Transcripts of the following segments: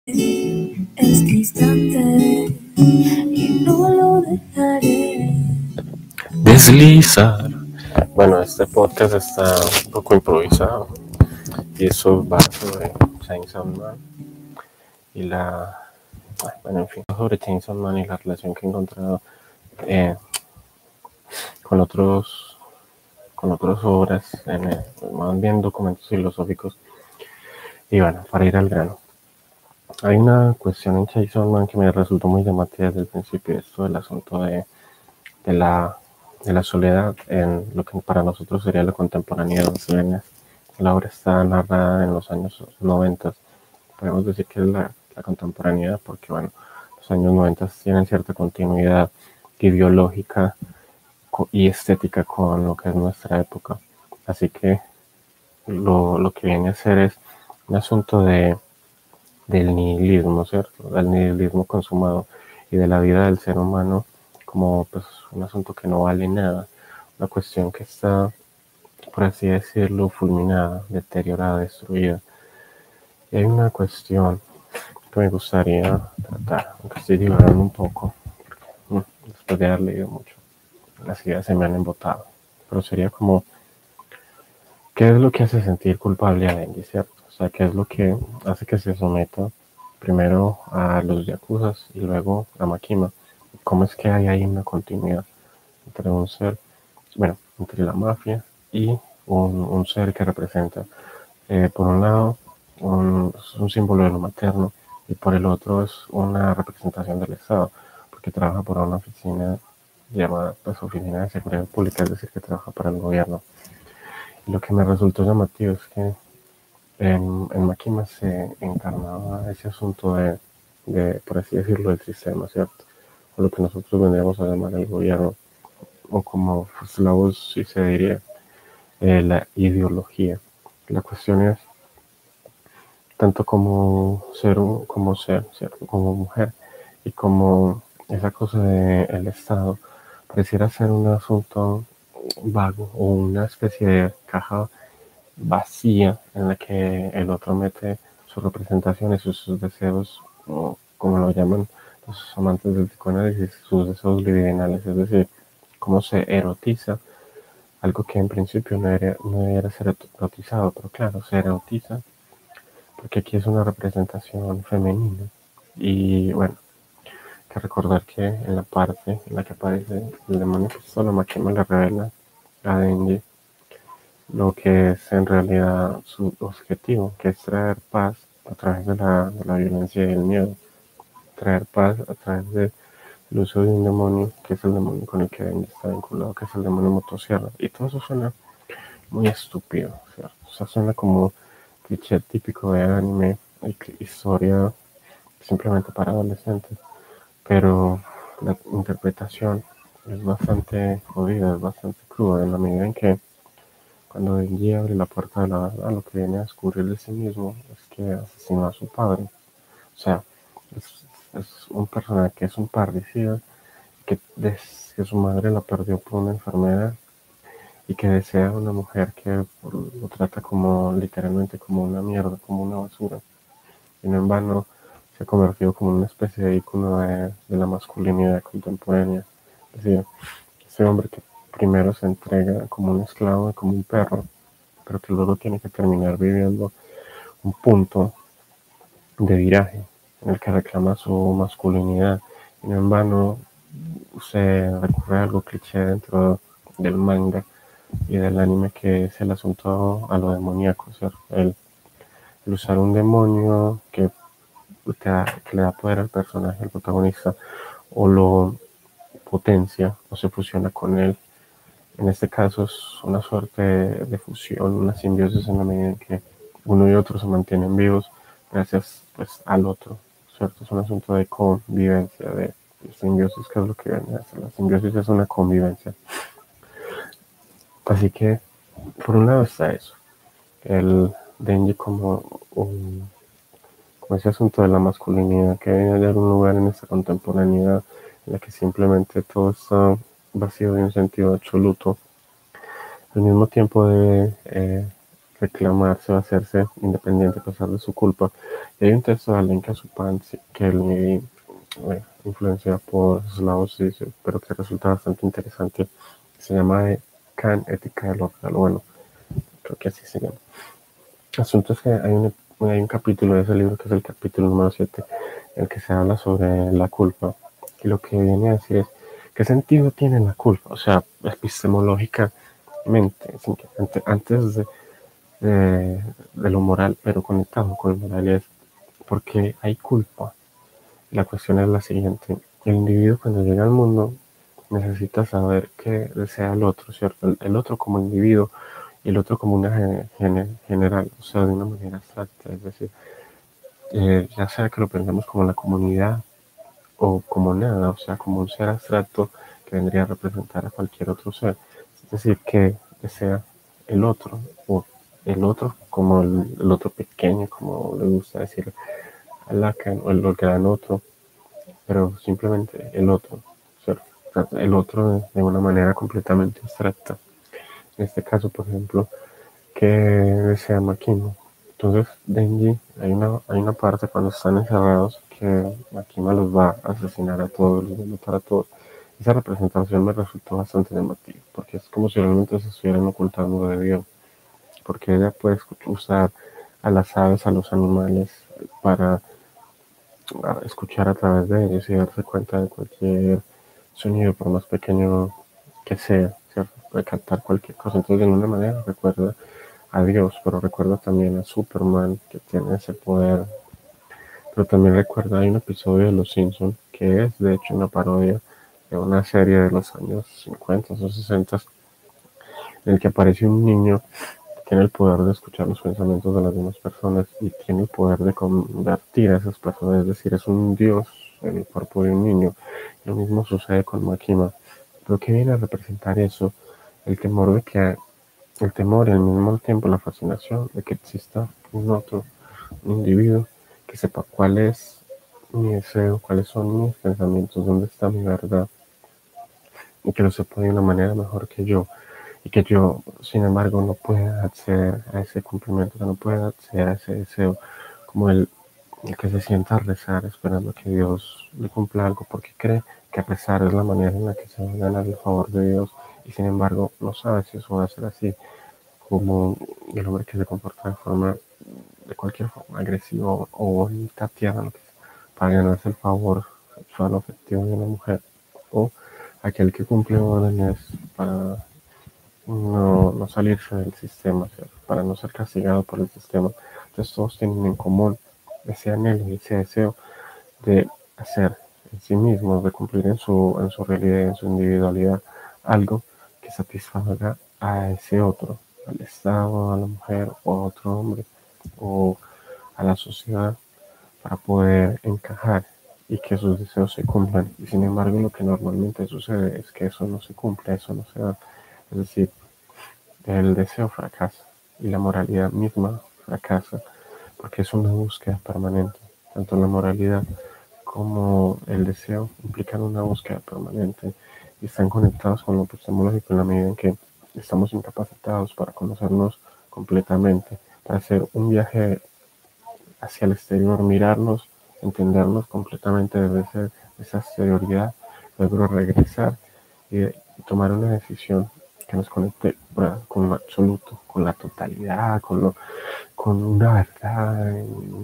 Este instante y no lo dejaré deslizar. Bueno, este podcast está un poco improvisado y eso va sobre Chainsaw Man y en fin, sobre Chainsaw Man y la relación que he encontrado eh, con con otras obras, más bien documentos filosóficos. Y bueno, para ir al grano, hay una cuestión en Chainsaw Man que me resultó muy llamativa desde el principio, esto del asunto de la, de la soledad en lo que para nosotros sería la contemporaneidad de los milenios. La obra está narrada en los años 90. Podemos decir que es la contemporaneidad porque, bueno, los años 90 tienen cierta continuidad ideológica y estética con lo que es nuestra época. Así que lo que viene a ser es un asunto del nihilismo, ¿cierto? Del nihilismo consumado y de la vida del ser humano como pues un asunto que no vale nada, una cuestión que está, por así decirlo, fulminada, deteriorada, destruida. Y hay una cuestión que me gustaría tratar, aunque estoy divagando un poco, después de haber leído mucho, las ideas se me han embotado, pero sería como, ¿qué es lo que hace sentir culpable a Denji, cierto? O sea, ¿qué es lo que hace que se someta primero a los yakuzas y luego a Makima? ¿Cómo es que hay ahí una continuidad entre un ser, bueno, entre la mafia y un ser que representa, por un lado, es un símbolo de lo materno y por el otro es una representación del Estado, porque trabaja por una oficina llamada pues, Oficina de Seguridad Pública, es decir, que trabaja para el gobierno. Y lo que me resultó llamativo es que en Makima se encarnaba ese asunto por así decirlo, del sistema, ¿cierto? O lo que nosotros vendríamos a llamar el gobierno, o como pues, la voz sí se diría, la ideología. La cuestión es, tanto como ser, ¿cierto? Como mujer, y como esa cosa del Estado, pareciera ser un asunto vago o una especie de caja vacía en la que el otro mete sus representaciones, sus deseos, o como lo llaman los amantes del psicoanálisis, sus deseos libidinales, es decir, cómo se erotiza algo que en principio no debería ser erotizado, pero claro, se erotiza porque aquí es una representación femenina. Y bueno, hay que recordar que en la parte en la que aparece el demonio, que solo Makima le revela a Denji lo que es en realidad su objetivo, que es traer paz a través de la violencia y el miedo, traer paz a través del uso de un demonio, que es el demonio con el que Denji está vinculado, que es el demonio motosierra. Y todo eso suena muy estúpido, ¿cierto? O sea, suena como cliché típico de anime, historia simplemente para adolescentes, pero la interpretación es bastante jodida, es bastante cruda en la medida en que cuando Denji abre la puerta de la verdad, lo que viene a descubrir de sí mismo es que asesinó a su padre. O sea, es un personaje que es un parricida, que desde que su madre la perdió por una enfermedad y que desea una mujer que lo trata como literalmente como una mierda, como una basura. Y no en vano se ha convertido como una especie de ícono de la masculinidad contemporánea. Es decir, ese hombre que primero se entrega como un esclavo y como un perro, pero que luego tiene que terminar viviendo un punto de viraje en el que reclama su masculinidad. Y no en vano se recurre a algo cliché dentro del manga y del anime, que es el asunto a lo demoníaco, ¿cierto? El usar un demonio que le da poder al personaje, al protagonista, o lo potencia o se fusiona con él. En este caso es una suerte de fusión, una simbiosis en la medida en que uno y otro se mantienen vivos gracias pues al otro, ¿cierto? Es un asunto de convivencia, de simbiosis, que es lo que viene a hacer. La simbiosis es una convivencia. Así que, por un lado está eso, el Denji como ese asunto de la masculinidad que debe hallar un lugar en esta contemporaneidad en la que simplemente todo está vacío de un sentido absoluto. Al mismo tiempo debe reclamarse o hacerse independiente a pesar de su culpa. Y hay un texto de Alain Casupanzi que él influenciado por Slavoj Žižek, pero que resulta bastante interesante. Se llama Kant, Ética del Órgano. Bueno, creo que así se llama. El asunto es que hay un capítulo de ese libro que es el capítulo número 7, en el que se habla sobre la culpa. Y lo que viene a decir es, ¿qué sentido tiene la culpa? O sea, epistemológicamente, antes de lo moral, pero conectado con la moralidad, porque hay culpa. La cuestión es la siguiente: el individuo cuando llega al mundo necesita saber qué desea el otro, ¿cierto? El otro como individuo y el otro como una general, o sea, de una manera abstracta, es decir, ya sea que lo pensemos como la comunidad o como nada, o sea, como un ser abstracto que vendría a representar a cualquier otro ser, es decir, que desea el otro, o el otro como el otro pequeño, como le gusta decir a Lacan, o el gran otro, pero simplemente el otro, ¿cierto? O sea, el otro de una manera completamente abstracta. En este caso, por ejemplo, que desea Makima. Entonces, Denji, hay una parte cuando están encerrados que Makima los va a asesinar a todos, los va a matar a todos. Esa representación me resultó bastante llamativa, porque es como si realmente se estuvieran ocultando de Dios, porque ella puede usar a las aves, a los animales, para escuchar a través de ellos y darse cuenta de cualquier sonido, por más pequeño que sea, ¿cierto? Puede captar cualquier cosa. Entonces, de alguna manera, recuerda a Dios, pero recuerda también a Superman, que tiene ese poder. Pero también recuerda, hay un episodio de Los Simpsons que es, de hecho, una parodia de una serie de los años 50 o 60, en el que aparece un niño que tiene el poder de escuchar los pensamientos de las demás personas y tiene el poder de convertir a esas personas, es decir, es un dios en el cuerpo de un niño. Lo mismo sucede con Makima. Pero ¿qué viene a representar eso? El temor de que el temor y al mismo tiempo la fascinación de que exista un otro, un individuo que sepa cuál es mi deseo, cuáles son mis pensamientos, dónde está mi verdad, y que lo sepa de una manera mejor que yo, y que yo, sin embargo, no pueda acceder a ese cumplimiento, que no pueda acceder a ese deseo, como el que se sienta a rezar esperando que Dios le cumpla algo, porque cree que rezar es la manera en la que se va a ganar el favor de Dios, y sin embargo no sabe si eso va a ser así, como el hombre que se comporta de cualquier forma, agresivo o bonita, tierna, lo que sea, para ganarse el favor sexual o afectivo de una mujer, o aquel que cumple órdenes para no salirse del sistema, ¿cierto? Para no ser castigado por el sistema. Entonces todos tienen en común ese anhelo y ese deseo de hacer en sí mismos, de cumplir en su realidad, en su individualidad, algo que satisfaga a ese otro, al Estado, a la mujer o a otro hombre o a la sociedad, para poder encajar y que sus deseos se cumplan. Y sin embargo, lo que normalmente sucede es que eso no se cumple, eso no se da. Es decir, el deseo fracasa y la moralidad misma fracasa, porque es una búsqueda permanente. Tanto la moralidad como el deseo implican una búsqueda permanente y están conectados con lo epistemológico en la medida en que estamos incapacitados para conocernos completamente, para hacer un viaje hacia el exterior, mirarnos, entendernos completamente desde esa exterioridad, luego regresar y tomar una decisión que nos conecte con lo absoluto, con la totalidad, con una verdad,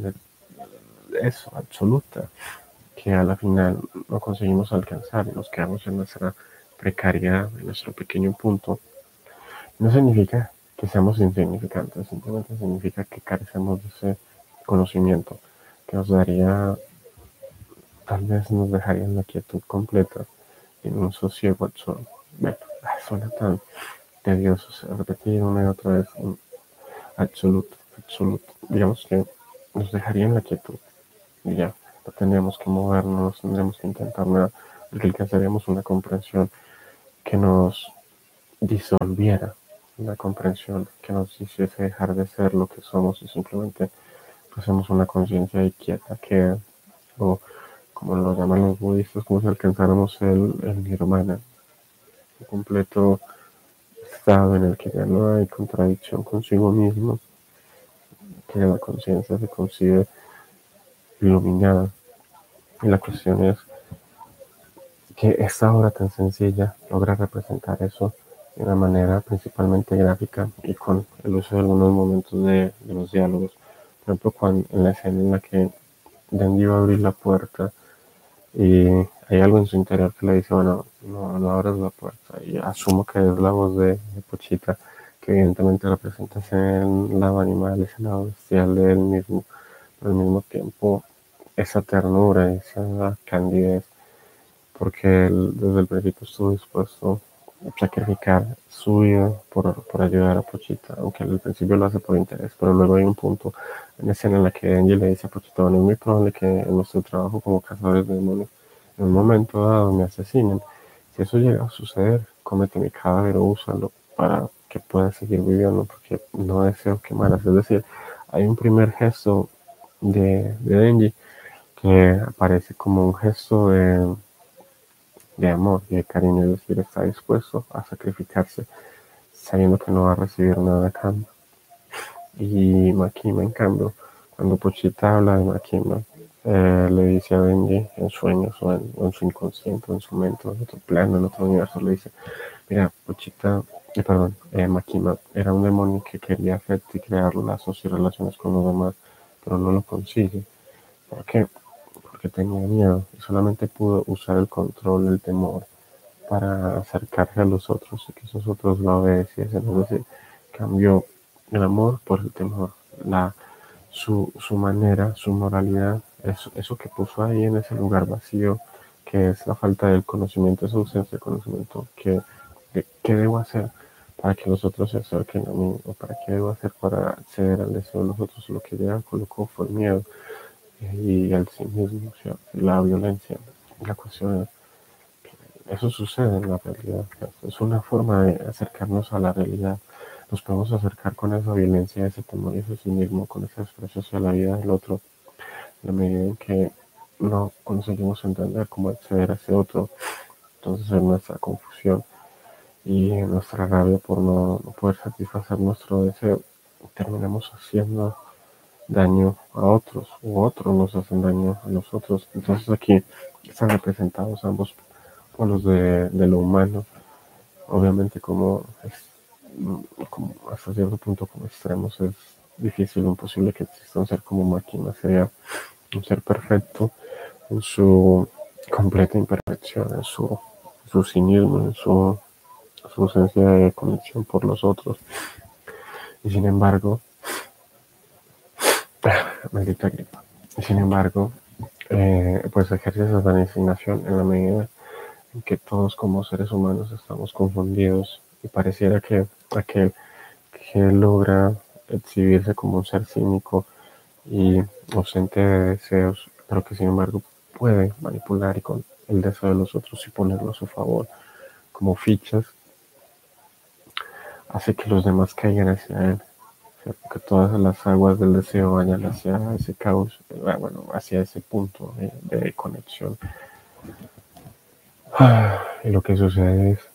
eso, absoluta, que a la final no conseguimos alcanzar y nos quedamos en nuestra precariedad, en nuestro pequeño punto. No significa que seamos insignificantes, simplemente significa que carecemos de ese conocimiento que nos daría, tal vez nos dejaría en la quietud completa, en un sosiego absoluto. Bueno, suena tan tedioso, repetir una y otra vez un absoluto, absoluto. Digamos que nos dejaría en la quietud y ya, no tendríamos que movernos, no tendríamos que intentar nada, porque alcanzaríamos una comprensión que nos disolviera, una comprensión que nos hiciese dejar de ser lo que somos y simplemente pasemos una conciencia ahí quieta que, o como lo llaman los budistas, como si alcanzáramos el nirvana, un completo estado en el que ya no hay contradicción consigo mismo que la conciencia se concibe iluminada. Y la cuestión es que esta obra tan sencilla logra representar eso de una manera principalmente gráfica y con el uso de algunos momentos de los diálogos. Por ejemplo, en la escena en la que Denji va a abrir la puerta y hay algo en su interior que le dice, bueno, no abras la puerta. Y asumo que es la voz de Pochita, que evidentemente representa ese lado animal, ese lado bestial de él mismo, pero al mismo tiempo esa ternura, esa candidez, porque él desde el principio estuvo dispuesto a sacrificar su vida por ayudar a Pochita, aunque al principio lo hace por interés, pero luego hay un punto en la escena en la que Denji le dice a Pochita, bueno, es muy probable que en nuestro trabajo como cazadores de demonios, en un momento dado me asesinen. Si eso llega a suceder, cómete mi cadáver o úsalo para que pueda seguir viviendo, porque no deseo quemarlas. Es decir, hay un primer gesto de Denji que aparece como un gesto de amor y de cariño, es decir, está dispuesto a sacrificarse sabiendo que no va a recibir nada a cambio. Y Makima, en cambio, cuando Pochita habla de Makima, le dice a Denji en sueños o en su inconsciente, o en su mente, o en otro plano, en otro universo, le dice, mira, Pochita, Makima era un demonio que quería afecto y crear lazos y relaciones con los demás, pero no lo consigue. ¿Por qué? Porque tenía miedo y solamente pudo usar el control, el temor para acercarse a los otros y que esos otros lo obedeciesen. Es decir, cambió el amor por el temor, su manera, su moralidad, eso que puso ahí en ese lugar vacío, que es la falta del conocimiento, esa ausencia de conocimiento, ¿qué debo hacer para que los otros se acerquen a mí? ¿O para qué debo hacer para ceder al deseo de los otros? Lo que ella colocó fue el miedo y el cinismo, o sea, la violencia. La cuestión es, eso sucede en la realidad. Es una forma de acercarnos a la realidad. Nos podemos acercar con esa violencia, ese temor y ese cinismo, con ese desprecio hacia la vida del otro, en la medida en que no conseguimos entender cómo acceder a ese otro. Entonces, en nuestra confusión y en nuestra rabia por no poder satisfacer nuestro deseo, terminamos haciendo daño a otros, u otros nos hacen daño a nosotros. Entonces, aquí están representados ambos polos de lo humano, obviamente como hasta cierto punto como extremos es difícil o imposible que exista un ser como máquina, sería un ser perfecto en su completa imperfección, su cinismo, su ausencia de conexión por los otros. Y sin embargo, maldita gripa. Y sin embargo, pues ejerce esa designación en la medida en que todos como seres humanos estamos confundidos y pareciera que aquel que logra exhibirse como un ser cínico y ausente de deseos, pero que sin embargo puede manipular y con el deseo de los otros y ponerlo a su favor como fichas, hace que los demás caigan hacia él. O sea, que todas las aguas del deseo vayan hacia ese caos, bueno, hacia ese punto de conexión. Y lo que sucede es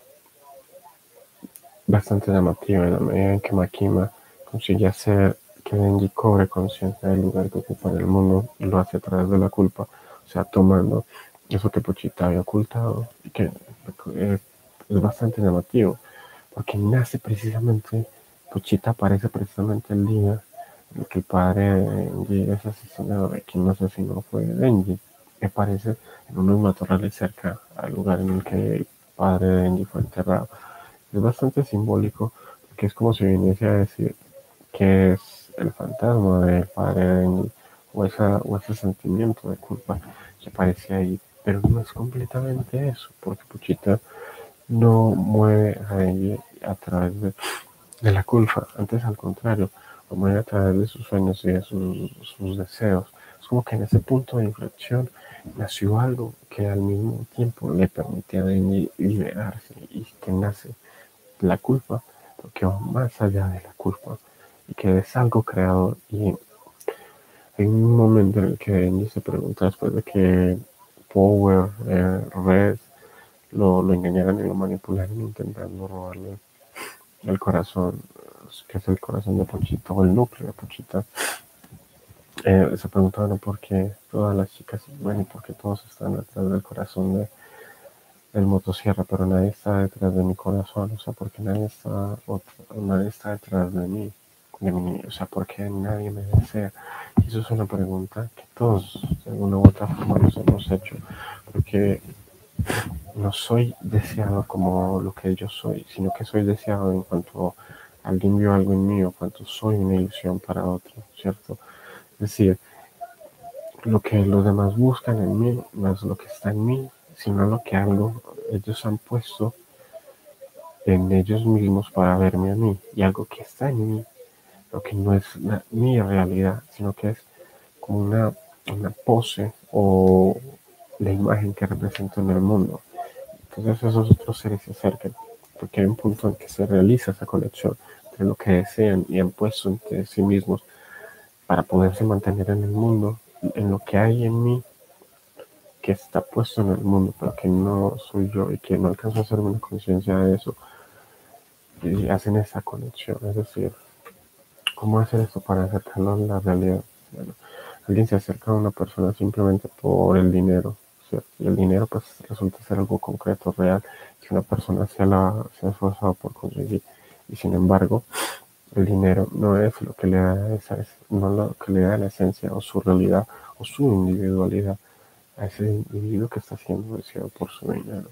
bastante llamativo en la medida en que Makima consigue hacer que Denji cobre conciencia del lugar que ocupa en el mundo y lo hace a través de la culpa, o sea, tomando eso que Pochita había ocultado y que es bastante llamativo, porque nace precisamente, Pochita aparece precisamente el día en el que el padre de Denji es asesinado, de quien no asesinó fue Denji, que aparece en unos matorrales cerca al lugar en el que el padre de Denji fue enterrado. Es bastante simbólico porque es como si viniese a decir que es el fantasma del padre de Denji o ese sentimiento de culpa que aparece ahí, pero no es completamente eso, porque Puchita no mueve a Denji a través de la culpa, antes al contrario, lo mueve a través de sus sueños y de sus deseos. Es como que en ese punto de inflexión nació algo que al mismo tiempo le permite a Denji liberarse y que nace la culpa, porque va más allá de la culpa y que es algo creador. Y hay un momento en el que Denji se pregunta después de que Power, Red, lo engañaran y lo manipularan intentando robarle el corazón que es el corazón de Pochita o el núcleo de Pochita, se preguntaban por qué todas las chicas, bueno, y por qué todos están detrás del corazón del motosierra, pero nadie está detrás de mi corazón, o sea, porque nadie está detrás de mí, o sea, porque nadie me desea. Y eso es una pregunta que todos, de alguna u otra forma, nos hemos hecho, porque no soy deseado como lo que yo soy, sino que soy deseado en cuanto alguien vio algo en mí o cuanto soy una ilusión para otro, ¿cierto? Es decir, lo que los demás buscan en mí no es lo que está en mí, sino lo que ellos han puesto en ellos mismos para verme a mí, y algo que está en mí, lo que no es mi realidad, sino que es como una pose o la imagen que represento en el mundo. Entonces esos otros seres se acercan, porque hay un punto en que se realiza esa conexión entre lo que desean y han puesto entre sí mismos para poderse mantener en el mundo, en lo que hay en mí que está puesto en el mundo, pero que no soy yo y que no alcanzo a hacerme una conciencia de eso, y hacen esa conexión. Es decir, ¿cómo hacer esto para acercarlo a la realidad? Bueno, alguien se acerca a una persona simplemente por el dinero, ¿cierto? Y el dinero pues resulta ser algo concreto, real, que una persona se ha esforzado por conseguir. Y sin embargo, el dinero no es lo que le da no lo que le da la esencia o su realidad o su individualidad a ese individuo que está siendo deseado por su dinero.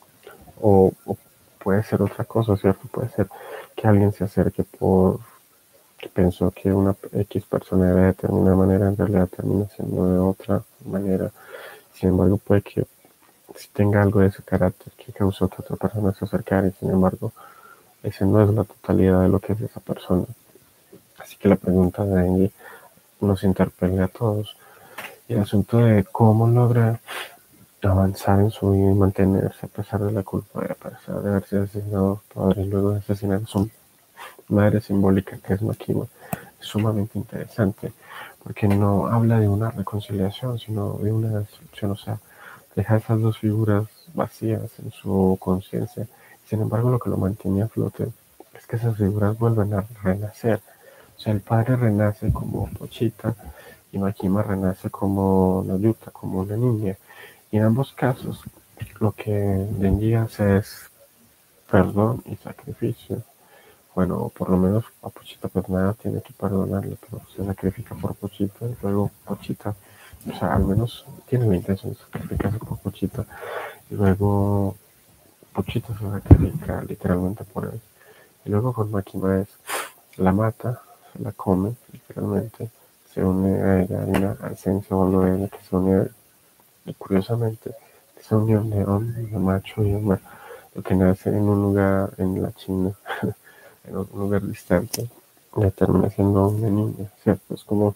O puede ser otra cosa, ¿cierto? Puede ser que alguien se acerque que pensó que una X persona era de determinada manera, en realidad termina siendo de otra manera. Sin embargo, puede que si tenga algo de ese carácter que causó que otra persona se acercara, y sin embargo, ese no es la totalidad de lo que es esa persona. Así que la pregunta de Angie nos interpela a todos. Y el asunto de cómo lograr avanzar en su vida y mantenerse a pesar de la culpa, a pesar de haberse asesinado a padres, luego de asesinar a su madre simbólica, que es Makima, es sumamente interesante, porque no habla de una reconciliación, sino de una destrucción, o sea, deja esas dos figuras vacías en su conciencia. Sin embargo, lo que lo mantiene a flote es que esas figuras vuelven a renacer. O sea, el padre renace como Pochita y Makima renace como Nayuta, como una niña. Y en ambos casos, lo que Denji hace es perdón y sacrificio. Bueno, por lo menos a Pochita pues nada tiene que perdonarle, pero se sacrifica por Pochita y luego Pochita, o sea, al menos tiene la intención de sacrificarse por Pochita y luego Pochita se sacrifica literalmente por él. Y luego con Makima la mata, se la come literalmente, se une a ella, hay una esencia o algo de ella que se une a él. Y curiosamente, esa unión de hombre, de macho y hembra, lo que nace en un lugar en la China, en un lugar distante, ya termina siendo una niña, ¿cierto? Es como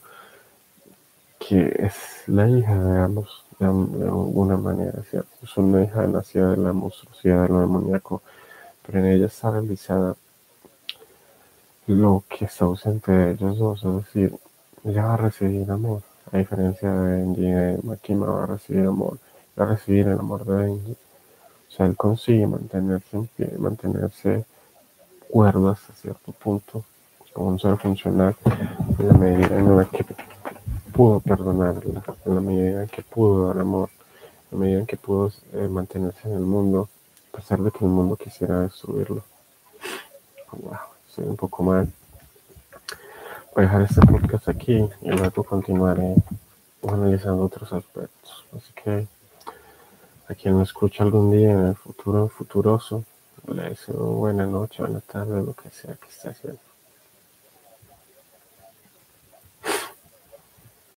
que es la hija de ambos, de alguna manera, ¿cierto? Es una hija nacida de la monstruosidad, de lo demoníaco, pero en ella está realizada lo que está ausente de ellos dos, es decir, ella va a recibir amor, a diferencia de Benji y de Makima, va a recibir amor, va a recibir el amor de Benji. O sea, él consigue mantenerse en pie, mantenerse cuerdo hasta cierto punto, como un ser funcional, en la medida en la que pudo perdonarla, en la medida en que pudo dar amor, en la medida en que pudo mantenerse en el mundo, a pesar de que el mundo quisiera destruirlo. Wow, soy un poco mal. Voy a dejar este podcast aquí y luego continuaré analizando otros aspectos. Así que a quien me escuche algún día en el futuro futuroso, le deseo buena noche, buena tarde, lo que sea que esté haciendo.